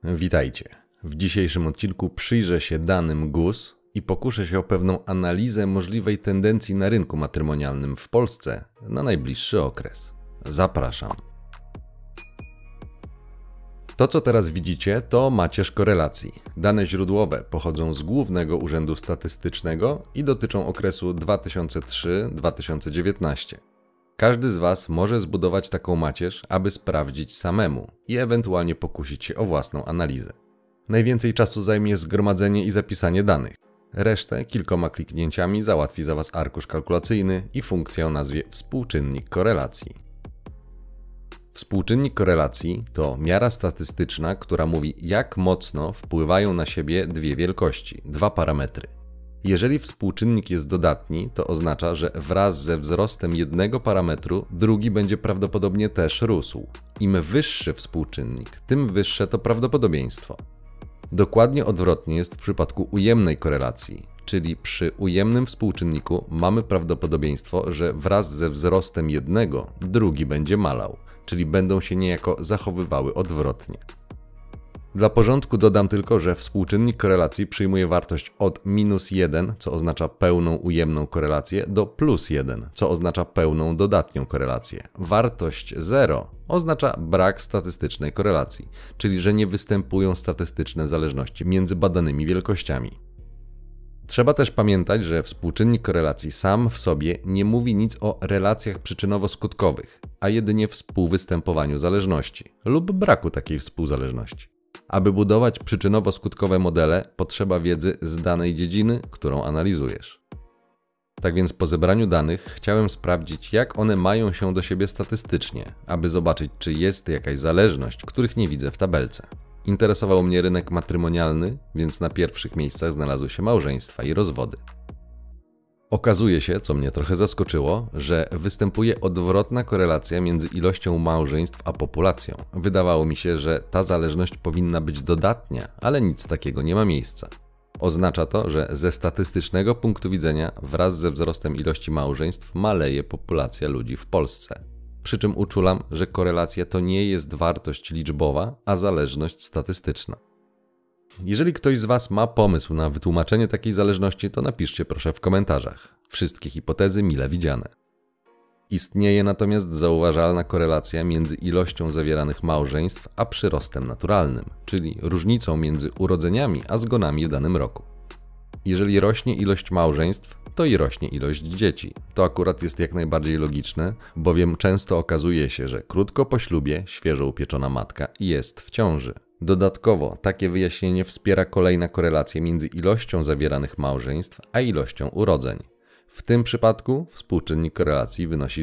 Witajcie. W dzisiejszym odcinku przyjrzę się danym GUS i pokuszę się o pewną analizę możliwej tendencji na rynku matrymonialnym w Polsce na najbliższy okres. Zapraszam. To, co teraz widzicie, to macierz korelacji. Dane źródłowe pochodzą z Głównego Urzędu Statystycznego i dotyczą okresu 2003-2019. Każdy z Was może zbudować taką macierz, aby sprawdzić samemu i ewentualnie pokusić się o własną analizę. Najwięcej czasu zajmie zgromadzenie i zapisanie danych. Resztę kilkoma kliknięciami załatwi za Was arkusz kalkulacyjny i funkcja o nazwie współczynnik korelacji. Współczynnik korelacji to miara statystyczna, która mówi, jak mocno wpływają na siebie dwie wielkości, dwa parametry. Jeżeli współczynnik jest dodatni, to oznacza, że wraz ze wzrostem jednego parametru drugi będzie prawdopodobnie też rósł. Im wyższy współczynnik, tym wyższe to prawdopodobieństwo. Dokładnie odwrotnie jest w przypadku ujemnej korelacji, czyli przy ujemnym współczynniku mamy prawdopodobieństwo, że wraz ze wzrostem jednego drugi będzie malał, czyli będą się niejako zachowywały odwrotnie. Dla porządku dodam tylko, że współczynnik korelacji przyjmuje wartość od -1, co oznacza pełną ujemną korelację, do +1, co oznacza pełną dodatnią korelację. Wartość 0 oznacza brak statystycznej korelacji, czyli że nie występują statystyczne zależności między badanymi wielkościami. Trzeba też pamiętać, że współczynnik korelacji sam w sobie nie mówi nic o relacjach przyczynowo-skutkowych, a jedynie współwystępowaniu zależności lub braku takiej współzależności. Aby budować przyczynowo-skutkowe modele, potrzeba wiedzy z danej dziedziny, którą analizujesz. Tak więc po zebraniu danych chciałem sprawdzić, jak one mają się do siebie statystycznie, aby zobaczyć, czy jest jakaś zależność, których nie widzę w tabelce. Interesował mnie rynek matrymonialny, więc na pierwszych miejscach znalazły się małżeństwa i rozwody. Okazuje się, co mnie trochę zaskoczyło, że występuje odwrotna korelacja między ilością małżeństw a populacją. Wydawało mi się, że ta zależność powinna być dodatnia, ale nic takiego nie ma miejsca. Oznacza to, że ze statystycznego punktu widzenia wraz ze wzrostem ilości małżeństw maleje populacja ludzi w Polsce. Przy czym uczulam, że korelacja to nie jest wartość liczbowa, a zależność statystyczna. Jeżeli ktoś z Was ma pomysł na wytłumaczenie takiej zależności, to napiszcie proszę w komentarzach. Wszystkie hipotezy mile widziane. Istnieje natomiast zauważalna korelacja między ilością zawieranych małżeństw a przyrostem naturalnym, czyli różnicą między urodzeniami a zgonami w danym roku. Jeżeli rośnie ilość małżeństw, to i rośnie ilość dzieci. To akurat jest jak najbardziej logiczne, bowiem często okazuje się, że krótko po ślubie świeżo upieczona matka jest w ciąży. Dodatkowo takie wyjaśnienie wspiera kolejna korelacja między ilością zawieranych małżeństw a ilością urodzeń. W tym przypadku współczynnik korelacji wynosi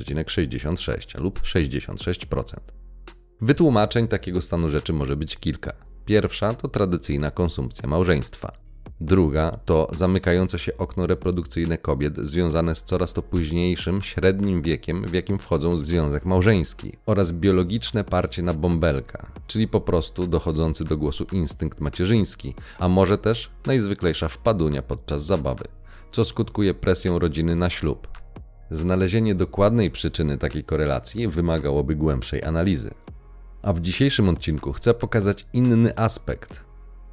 0,66 lub 66%. Wytłumaczeń takiego stanu rzeczy może być kilka. Pierwsza to tradycyjna konsumpcja małżeństwa. Druga to zamykające się okno reprodukcyjne kobiet związane z coraz to późniejszym, średnim wiekiem, w jakim wchodzą w związek małżeński oraz biologiczne parcie na bąbelka, czyli po prostu dochodzący do głosu instynkt macierzyński, a może też najzwyklejsza wpadunia podczas zabawy, co skutkuje presją rodziny na ślub. Znalezienie dokładnej przyczyny takiej korelacji wymagałoby głębszej analizy. A w dzisiejszym odcinku chcę pokazać inny aspekt.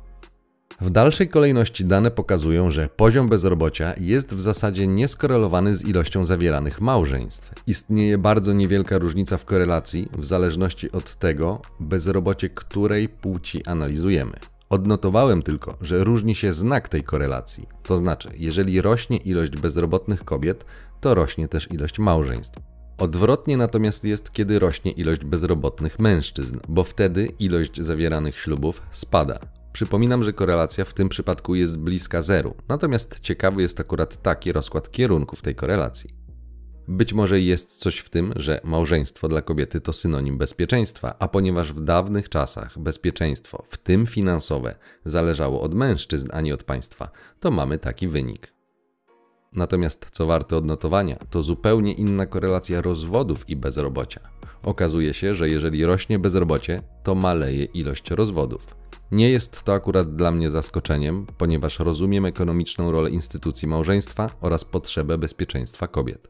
W dalszej kolejności dane pokazują, że poziom bezrobocia jest w zasadzie nieskorelowany z ilością zawieranych małżeństw. Istnieje bardzo niewielka różnica w korelacji w zależności od tego, bezrobocie której płci analizujemy. Odnotowałem tylko, że różni się znak tej korelacji. To znaczy, jeżeli rośnie ilość bezrobotnych kobiet, to rośnie też ilość małżeństw. Odwrotnie natomiast jest, kiedy rośnie ilość bezrobotnych mężczyzn, bo wtedy ilość zawieranych ślubów spada. Przypominam, że korelacja w tym przypadku jest bliska zeru, natomiast ciekawy jest akurat taki rozkład kierunków tej korelacji. Być może jest coś w tym, że małżeństwo dla kobiety to synonim bezpieczeństwa, a ponieważ w dawnych czasach bezpieczeństwo, w tym finansowe, zależało od mężczyzn, a nie od państwa, to mamy taki wynik. Natomiast co warte odnotowania, to zupełnie inna korelacja rozwodów i bezrobocia. Okazuje się, że jeżeli rośnie bezrobocie, to maleje ilość rozwodów. Nie jest to akurat dla mnie zaskoczeniem, ponieważ rozumiem ekonomiczną rolę instytucji małżeństwa oraz potrzebę bezpieczeństwa kobiet.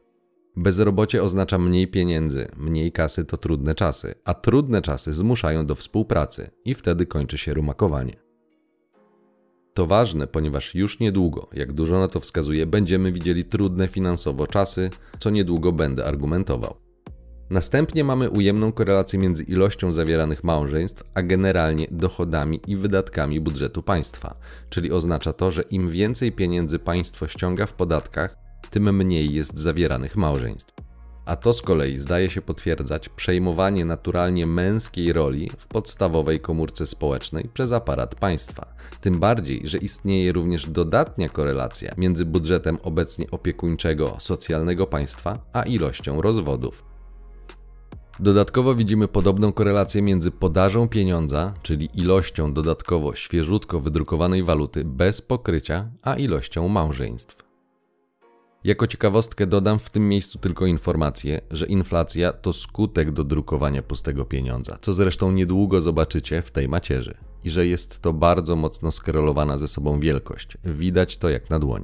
Bezrobocie oznacza mniej pieniędzy, mniej kasy to trudne czasy, a trudne czasy zmuszają do współpracy i wtedy kończy się rumakowanie. To ważne, ponieważ już niedługo, jak dużo na to wskazuje, będziemy widzieli trudne finansowo czasy, co niedługo będę argumentował. Następnie mamy ujemną korelację między ilością zawieranych małżeństw, a generalnie dochodami i wydatkami budżetu państwa, czyli oznacza to, że im więcej pieniędzy państwo ściąga w podatkach, tym mniej jest zawieranych małżeństw. A to z kolei zdaje się potwierdzać przejmowanie naturalnie męskiej roli w podstawowej komórce społecznej przez aparat państwa. Tym bardziej, że istnieje również dodatnia korelacja między budżetem obecnie opiekuńczego socjalnego państwa, a ilością rozwodów. Dodatkowo widzimy podobną korelację między podażą pieniądza, czyli ilością dodatkowo świeżutko wydrukowanej waluty bez pokrycia, a ilością małżeństw. Jako ciekawostkę dodam w tym miejscu tylko informację, że inflacja to skutek dodrukowania pustego pieniądza, co zresztą niedługo zobaczycie w tej macierzy. I że jest to bardzo mocno skorelowana ze sobą wielkość. Widać to jak na dłoni.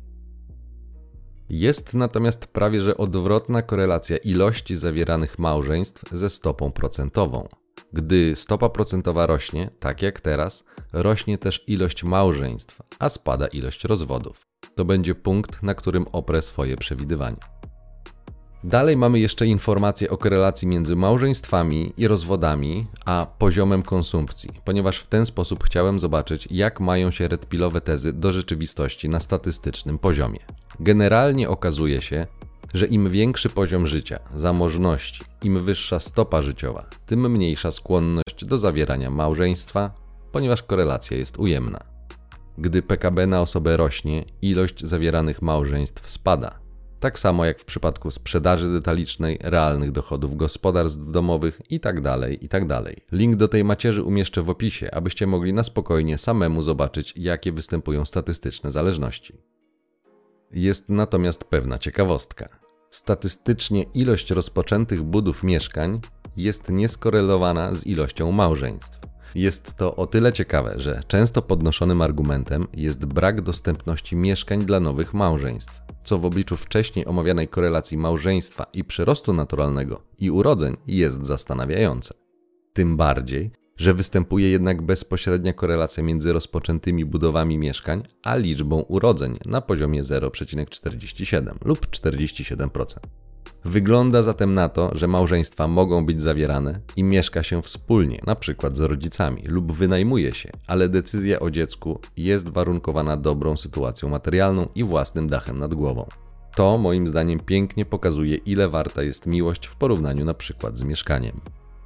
Jest natomiast prawie że odwrotna korelacja ilości zawieranych małżeństw ze stopą procentową. Gdy stopa procentowa rośnie, tak jak teraz, rośnie też ilość małżeństw, a spada ilość rozwodów. To będzie punkt, na którym oprę swoje przewidywanie. Dalej mamy jeszcze informacje o korelacji między małżeństwami i rozwodami, a poziomem konsumpcji, ponieważ w ten sposób chciałem zobaczyć, jak mają się redpilowe tezy do rzeczywistości na statystycznym poziomie. Generalnie okazuje się, że im większy poziom życia, zamożności, im wyższa stopa życiowa, tym mniejsza skłonność do zawierania małżeństwa, ponieważ korelacja jest ujemna. Gdy PKB na osobę rośnie, ilość zawieranych małżeństw spada. Tak samo jak w przypadku sprzedaży detalicznej, realnych dochodów gospodarstw domowych itd. Link do tej macierzy umieszczę w opisie, abyście mogli na spokojnie samemu zobaczyć, jakie występują statystyczne zależności. Jest natomiast pewna ciekawostka. Statystycznie ilość rozpoczętych budów mieszkań jest nieskorelowana z ilością małżeństw. Jest to o tyle ciekawe, że często podnoszonym argumentem jest brak dostępności mieszkań dla nowych małżeństw, co w obliczu wcześniej omawianej korelacji małżeństwa i przyrostu naturalnego i urodzeń jest zastanawiające. Tym bardziej, że występuje jednak bezpośrednia korelacja między rozpoczętymi budowami mieszkań a liczbą urodzeń na poziomie 0,47 lub 47%. Wygląda zatem na to, że małżeństwa mogą być zawierane i mieszka się wspólnie, np. z rodzicami lub wynajmuje się, ale decyzja o dziecku jest warunkowana dobrą sytuacją materialną i własnym dachem nad głową. To moim zdaniem pięknie pokazuje, ile warta jest miłość w porównaniu np. z mieszkaniem.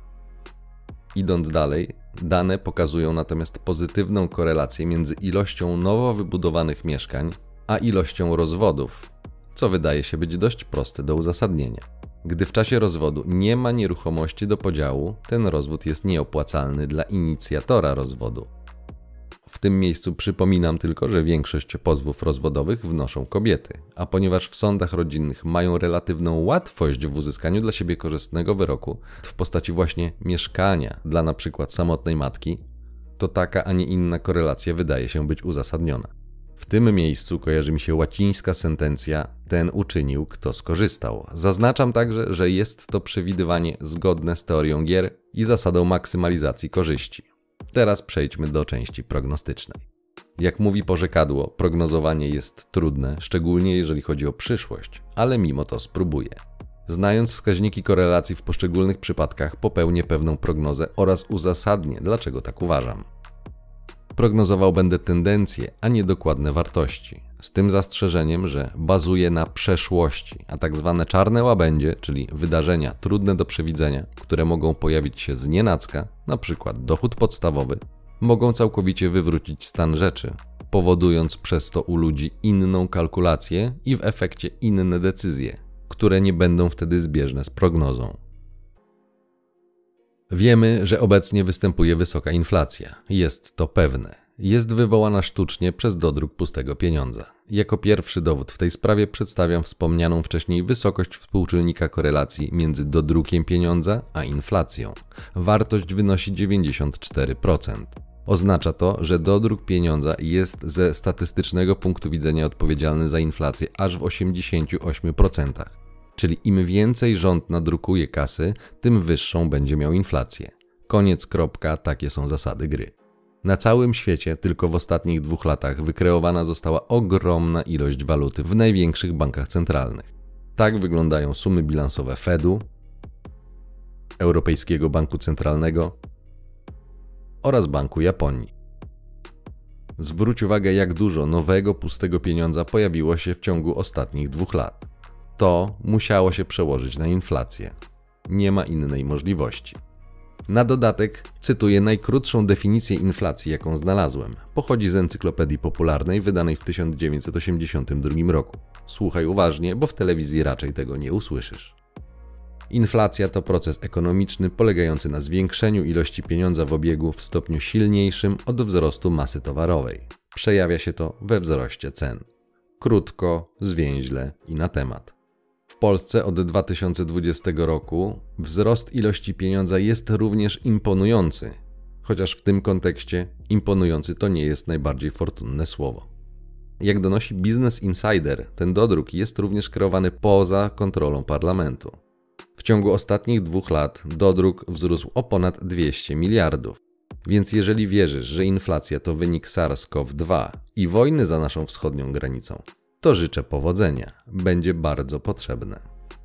Idąc dalej, dane pokazują natomiast pozytywną korelację między ilością nowo wybudowanych mieszkań a ilością rozwodów, co wydaje się być dość proste do uzasadnienia. Gdy w czasie rozwodu nie ma nieruchomości do podziału, ten rozwód jest nieopłacalny dla inicjatora rozwodu. W tym miejscu przypominam tylko, że większość pozwów rozwodowych wnoszą kobiety, a ponieważ w sądach rodzinnych mają relatywną łatwość w uzyskaniu dla siebie korzystnego wyroku w postaci właśnie mieszkania dla np. samotnej matki, to taka, a nie inna korelacja wydaje się być uzasadniona. W tym miejscu kojarzy mi się łacińska sentencja „ten uczynił, kto skorzystał”. Zaznaczam także, że jest to przewidywanie zgodne z teorią gier i zasadą maksymalizacji korzyści. Teraz przejdźmy do części prognostycznej. Jak mówi porzekadło, prognozowanie jest trudne, szczególnie jeżeli chodzi o przyszłość, ale mimo to spróbuję. Znając wskaźniki korelacji w poszczególnych przypadkach, popełnię pewną prognozę oraz uzasadnię, dlaczego tak uważam. Prognozował będę tendencje, a nie dokładne wartości. Z tym zastrzeżeniem, że bazuje na przeszłości, a tak zwane czarne łabędzie, czyli wydarzenia trudne do przewidzenia, które mogą pojawić się znienacka, np. dochód podstawowy, mogą całkowicie wywrócić stan rzeczy, powodując przez to u ludzi inną kalkulację i w efekcie inne decyzje, które nie będą wtedy zbieżne z prognozą. Wiemy, że obecnie występuje wysoka inflacja. Jest to pewne. Jest wywołana sztucznie przez dodruk pustego pieniądza. Jako pierwszy dowód w tej sprawie przedstawiam wspomnianą wcześniej wysokość współczynnika korelacji między dodrukiem pieniądza a inflacją. Wartość wynosi 94%. Oznacza to, że dodruk pieniądza jest ze statystycznego punktu widzenia odpowiedzialny za inflację aż w 88%. Czyli im więcej rząd nadrukuje kasy, tym wyższą będzie miał inflację. Koniec, kropka, takie są zasady gry. Na całym świecie tylko w ostatnich 2 latach wykreowana została ogromna ilość waluty w największych bankach centralnych. Tak wyglądają sumy bilansowe Fedu, Europejskiego Banku Centralnego oraz Banku Japonii. Zwróć uwagę, jak dużo nowego, pustego pieniądza pojawiło się w ciągu ostatnich 2 lat. To musiało się przełożyć na inflację. Nie ma innej możliwości. Na dodatek cytuję najkrótszą definicję inflacji, jaką znalazłem. Pochodzi z Encyklopedii Popularnej wydanej w 1982 roku. Słuchaj uważnie, bo w telewizji raczej tego nie usłyszysz. Inflacja to proces ekonomiczny polegający na zwiększeniu ilości pieniądza w obiegu w stopniu silniejszym od wzrostu masy towarowej. Przejawia się to we wzroście cen. Krótko, zwięźle i na temat. W Polsce od 2020 roku wzrost ilości pieniądza jest również imponujący, chociaż w tym kontekście imponujący to nie jest najbardziej fortunne słowo. Jak donosi Business Insider, ten dodruk jest również kreowany poza kontrolą parlamentu. W ciągu ostatnich 2 lat dodruk wzrósł o ponad 200 miliardów. Więc jeżeli wierzysz, że inflacja to wynik SARS-CoV-2 i wojny za naszą wschodnią granicą, to życzę powodzenia. Będzie bardzo potrzebne.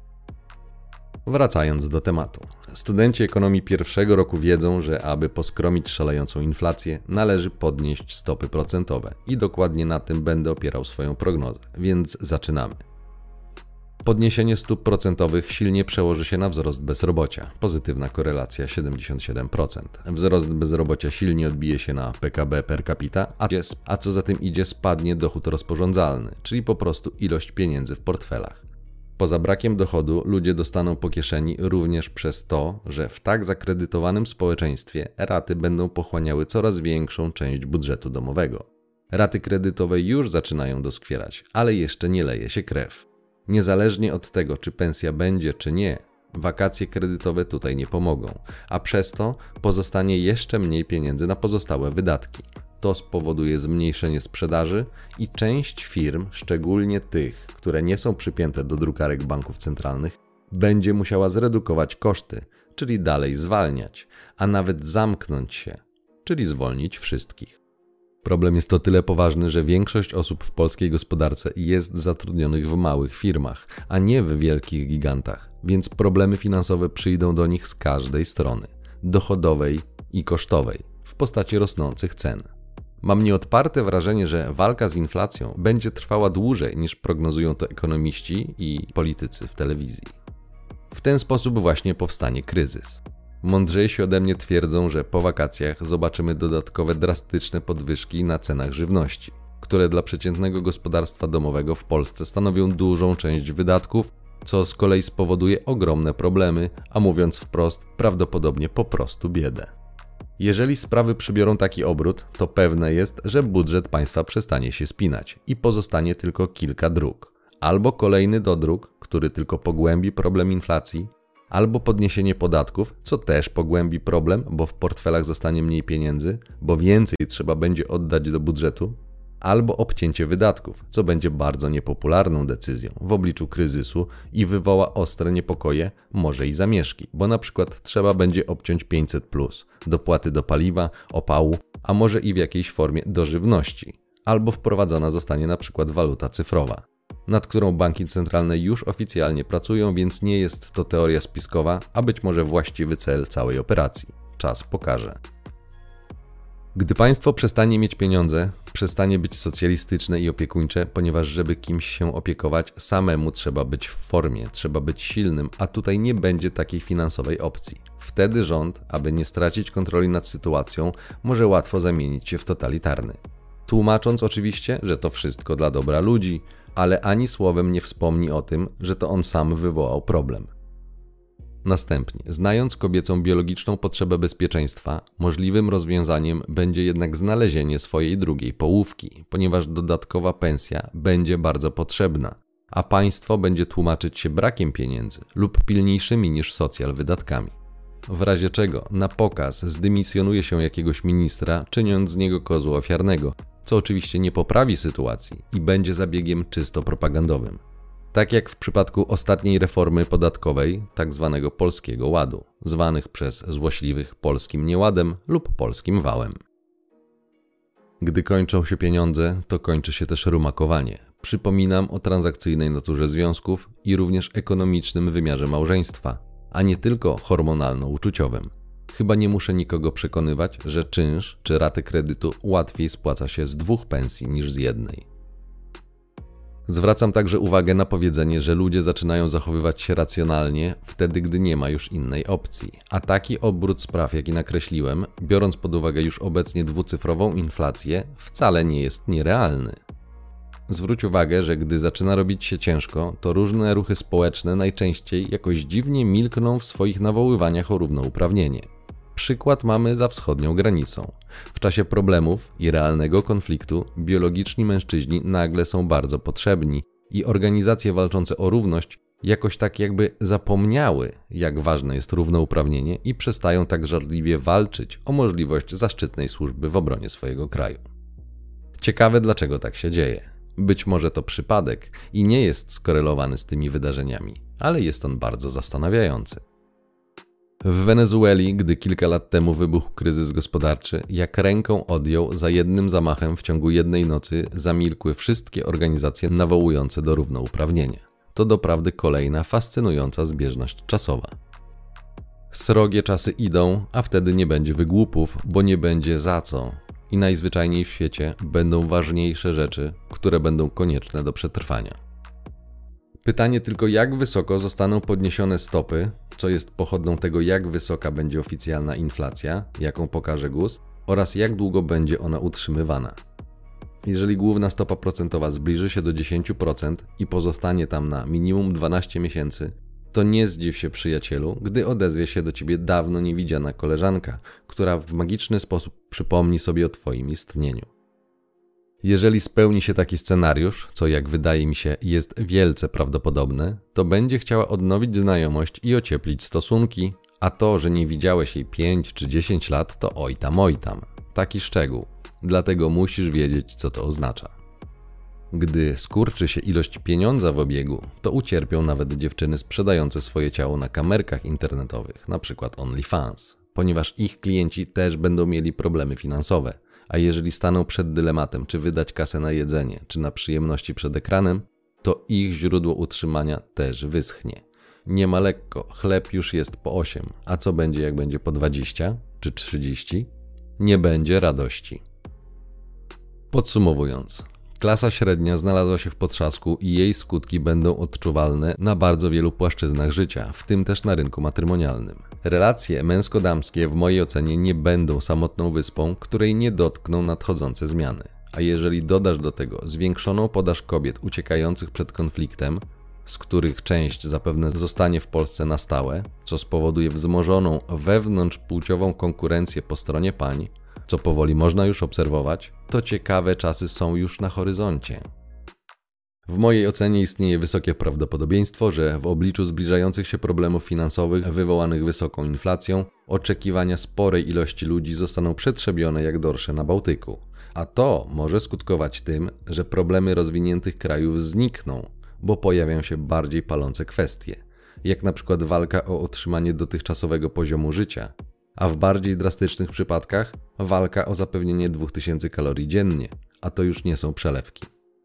Wracając do tematu. Studenci ekonomii pierwszego roku wiedzą, że aby poskromić szalejącą inflację, należy podnieść stopy procentowe i dokładnie na tym będę opierał swoją prognozę, więc zaczynamy. Podniesienie stóp procentowych silnie przełoży się na wzrost bezrobocia. Pozytywna korelacja 77%. Wzrost bezrobocia silnie odbije się na PKB per capita, a co za tym idzie spadnie dochód rozporządzalny, czyli po prostu ilość pieniędzy w portfelach. Poza brakiem dochodu ludzie dostaną po kieszeni również przez to, że w tak zakredytowanym społeczeństwie raty będą pochłaniały coraz większą część budżetu domowego. Raty kredytowe już zaczynają doskwierać, ale jeszcze nie leje się krew. Niezależnie od tego, czy pensja będzie, czy nie, wakacje kredytowe tutaj nie pomogą, a przez to pozostanie jeszcze mniej pieniędzy na pozostałe wydatki. To spowoduje zmniejszenie sprzedaży i część firm, szczególnie tych, które nie są przypięte do drukarek banków centralnych, będzie musiała zredukować koszty, czyli dalej zwalniać, a nawet zamknąć się, czyli zwolnić wszystkich. Problem jest o tyle poważny, że większość osób w polskiej gospodarce jest zatrudnionych w małych firmach, a nie w wielkich gigantach, więc problemy finansowe przyjdą do nich z każdej strony, dochodowej i kosztowej, w postaci rosnących cen. Mam nieodparte wrażenie, że walka z inflacją będzie trwała dłużej niż prognozują to ekonomiści i politycy w telewizji. W ten sposób właśnie powstanie kryzys. Mądrzejsi ode mnie twierdzą, że po wakacjach zobaczymy dodatkowe drastyczne podwyżki na cenach żywności, które dla przeciętnego gospodarstwa domowego w Polsce stanowią dużą część wydatków, co z kolei spowoduje ogromne problemy, a mówiąc wprost, prawdopodobnie po prostu biedę. Jeżeli sprawy przybiorą taki obrót, to pewne jest, że budżet państwa przestanie się spinać i pozostanie tylko kilka dróg. Albo kolejny dodruk, który tylko pogłębi problem inflacji, albo podniesienie podatków, co też pogłębi problem, bo w portfelach zostanie mniej pieniędzy, bo więcej trzeba będzie oddać do budżetu, albo obcięcie wydatków, co będzie bardzo niepopularną decyzją w obliczu kryzysu i wywoła ostre niepokoje, może i zamieszki, bo na przykład trzeba będzie obciąć 500+, dopłaty do paliwa, opału, a może i w jakiejś formie do żywności, albo wprowadzona zostanie na przykład waluta cyfrowa, nad którą banki centralne już oficjalnie pracują, więc nie jest to teoria spiskowa, a być może właściwy cel całej operacji. Czas pokaże. Gdy państwo przestanie mieć pieniądze, przestanie być socjalistyczne i opiekuńcze, ponieważ żeby kimś się opiekować, samemu trzeba być w formie, trzeba być silnym, a tutaj nie będzie takiej finansowej opcji. Wtedy rząd, aby nie stracić kontroli nad sytuacją, może łatwo zamienić się w totalitarny. Tłumacząc oczywiście, że to wszystko dla dobra ludzi, ale ani słowem nie wspomni o tym, że to on sam wywołał problem. Następnie, znając kobiecą biologiczną potrzebę bezpieczeństwa, możliwym rozwiązaniem będzie jednak znalezienie swojej drugiej połówki, ponieważ dodatkowa pensja będzie bardzo potrzebna, a państwo będzie tłumaczyć się brakiem pieniędzy lub pilniejszymi niż socjal wydatkami. W razie czego na pokaz zdymisjonuje się jakiegoś ministra, czyniąc z niego kozła ofiarnego, co oczywiście nie poprawi sytuacji i będzie zabiegiem czysto propagandowym. Tak jak w przypadku ostatniej reformy podatkowej, tzw. Polskiego Ładu, zwanych przez złośliwych polskim nieładem lub polskim wałem. Gdy kończą się pieniądze, to kończy się też rumakowanie. Przypominam o transakcyjnej naturze związków i również ekonomicznym wymiarze małżeństwa, a nie tylko hormonalno-uczuciowym. Chyba nie muszę nikogo przekonywać, że czynsz czy raty kredytu łatwiej spłaca się z 2 pensji niż z 1. Zwracam także uwagę na powiedzenie, że ludzie zaczynają zachowywać się racjonalnie wtedy, gdy nie ma już innej opcji. A taki obrót spraw, jaki nakreśliłem, biorąc pod uwagę już obecnie 2-cyfrową inflację, wcale nie jest nierealny. Zwróć uwagę, że gdy zaczyna robić się ciężko, to różne ruchy społeczne najczęściej jakoś dziwnie milkną w swoich nawoływaniach o równouprawnienie. Przykład mamy za wschodnią granicą. W czasie problemów i realnego konfliktu biologiczni mężczyźni nagle są bardzo potrzebni i organizacje walczące o równość jakoś tak jakby zapomniały, jak ważne jest równouprawnienie i przestają tak żarliwie walczyć o możliwość zaszczytnej służby w obronie swojego kraju. Ciekawe, dlaczego tak się dzieje. Być może to przypadek i nie jest skorelowany z tymi wydarzeniami, ale jest on bardzo zastanawiający. W Wenezueli, gdy kilka lat temu wybuchł kryzys gospodarczy, jak ręką odjął, za jednym zamachem w ciągu jednej nocy zamilkły wszystkie organizacje nawołujące do równouprawnienia. To doprawdy kolejna fascynująca zbieżność czasowa. Srogie czasy idą, a wtedy nie będzie wygłupów, bo nie będzie za co. I najzwyczajniej w świecie będą ważniejsze rzeczy, które będą konieczne do przetrwania. Pytanie tylko, jak wysoko zostaną podniesione stopy, co jest pochodną tego, jak wysoka będzie oficjalna inflacja, jaką pokaże GUS, oraz jak długo będzie ona utrzymywana. Jeżeli główna stopa procentowa zbliży się do 10% i pozostanie tam na minimum 12 miesięcy, to nie zdziw się, przyjacielu, gdy odezwie się do ciebie dawno niewidziana koleżanka, która w magiczny sposób przypomni sobie o twoim istnieniu. Jeżeli spełni się taki scenariusz, co jak wydaje mi się jest wielce prawdopodobne, to będzie chciała odnowić znajomość i ocieplić stosunki, a to, że nie widziałeś jej 5 czy 10 lat, to oj tam. Taki szczegół. Dlatego musisz wiedzieć, co to oznacza. Gdy skurczy się ilość pieniądza w obiegu, to ucierpią nawet dziewczyny sprzedające swoje ciało na kamerkach internetowych, np. OnlyFans, ponieważ ich klienci też będą mieli problemy finansowe. A jeżeli staną przed dylematem, czy wydać kasę na jedzenie, czy na przyjemności przed ekranem, to ich źródło utrzymania też wyschnie. Nie ma lekko, chleb już jest po 8, a co będzie, jak będzie po 20 czy 30? Nie będzie radości. Podsumowując, klasa średnia znalazła się w potrzasku i jej skutki będą odczuwalne na bardzo wielu płaszczyznach życia, w tym też na rynku matrymonialnym. Relacje męsko-damskie w mojej ocenie nie będą samotną wyspą, której nie dotkną nadchodzące zmiany. A jeżeli dodasz do tego zwiększoną podaż kobiet uciekających przed konfliktem, z których część zapewne zostanie w Polsce na stałe, co spowoduje wzmożoną wewnątrzpłciową konkurencję po stronie pań, co powoli można już obserwować, to ciekawe czasy są już na horyzoncie. W mojej ocenie istnieje wysokie prawdopodobieństwo, że w obliczu zbliżających się problemów finansowych wywołanych wysoką inflacją, oczekiwania sporej ilości ludzi zostaną przetrzebione jak dorsze na Bałtyku. A to może skutkować tym, że problemy rozwiniętych krajów znikną, bo pojawią się bardziej palące kwestie, jak na przykład walka o utrzymanie dotychczasowego poziomu życia, a w bardziej drastycznych przypadkach walka o zapewnienie 2000 kalorii dziennie, a to już nie są przelewki.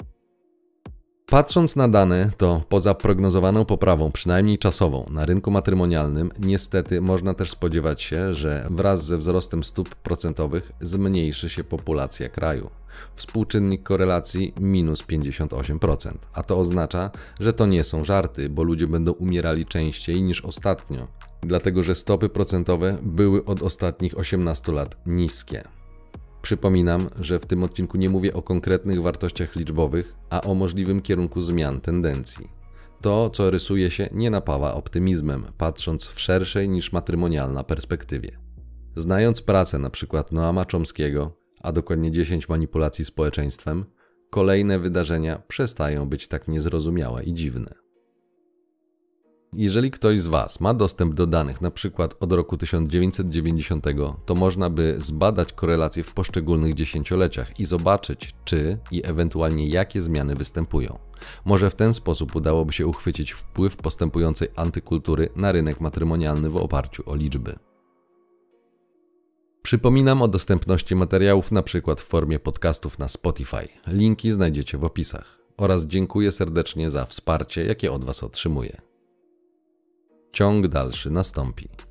Patrząc na dane, to poza prognozowaną poprawą, przynajmniej czasową, na rynku matrymonialnym, niestety można też spodziewać się, że wraz ze wzrostem stóp procentowych zmniejszy się populacja kraju. Współczynnik korelacji minus 58%, a to oznacza, że to nie są żarty, bo ludzie będą umierali częściej niż ostatnio, dlatego że stopy procentowe były od ostatnich 18 lat niskie. Przypominam, że w tym odcinku nie mówię o konkretnych wartościach liczbowych, a o możliwym kierunku zmian tendencji. To, co rysuje się, nie napawa optymizmem, patrząc w szerszej niż matrymonialna perspektywie. Znając pracę np. Noama Chomskiego, a dokładnie 10 manipulacji społeczeństwem, kolejne wydarzenia przestają być tak niezrozumiałe i dziwne. Jeżeli ktoś z Was ma dostęp do danych np. od roku 1990, to można by zbadać korelacje w poszczególnych dziesięcioleciach i zobaczyć, czy i ewentualnie jakie zmiany występują. Może w ten sposób udałoby się uchwycić wpływ postępującej antykultury na rynek matrymonialny w oparciu o liczby. Przypominam o dostępności materiałów np. w formie podcastów na Spotify. Linki znajdziecie w opisach. Oraz dziękuję serdecznie za wsparcie, jakie od Was otrzymuję. Ciąg dalszy nastąpi.